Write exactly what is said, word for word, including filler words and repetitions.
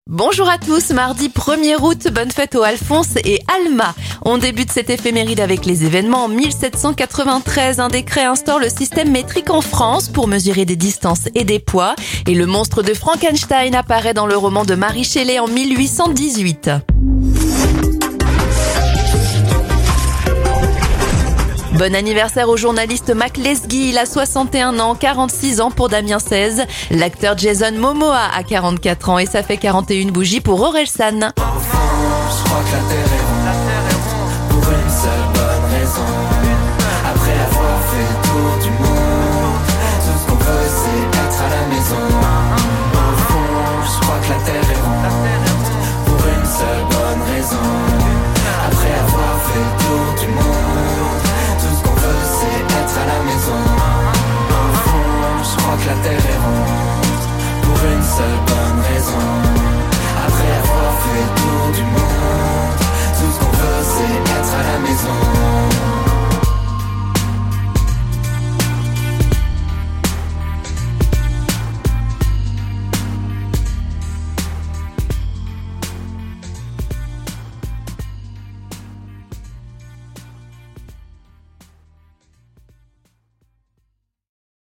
Bonjour à tous, mardi premier août, bonne fête aux Alphonse et Alma. On débute cette éphéméride avec les événements. En mille sept cent quatre-vingt-treize, un décret instaure le système métrique en France pour mesurer des distances et des poids. Et le monstre de Frankenstein apparaît dans le roman de Mary Shelley en mille huit cent dix-huit. Bon anniversaire au journaliste Mac Lesguy, il a soixante et un ans, quarante-six ans pour Damien seize. L'acteur Jason Momoa a quarante-quatre ans et ça fait quarante et une bougies pour Orelsan. Je crois que la terre est ronde, pour une seule bonne raison. Après avoir fait le tour du monde, tout ce qu'on veut c'est être à la maison. Au fond, je crois que la terre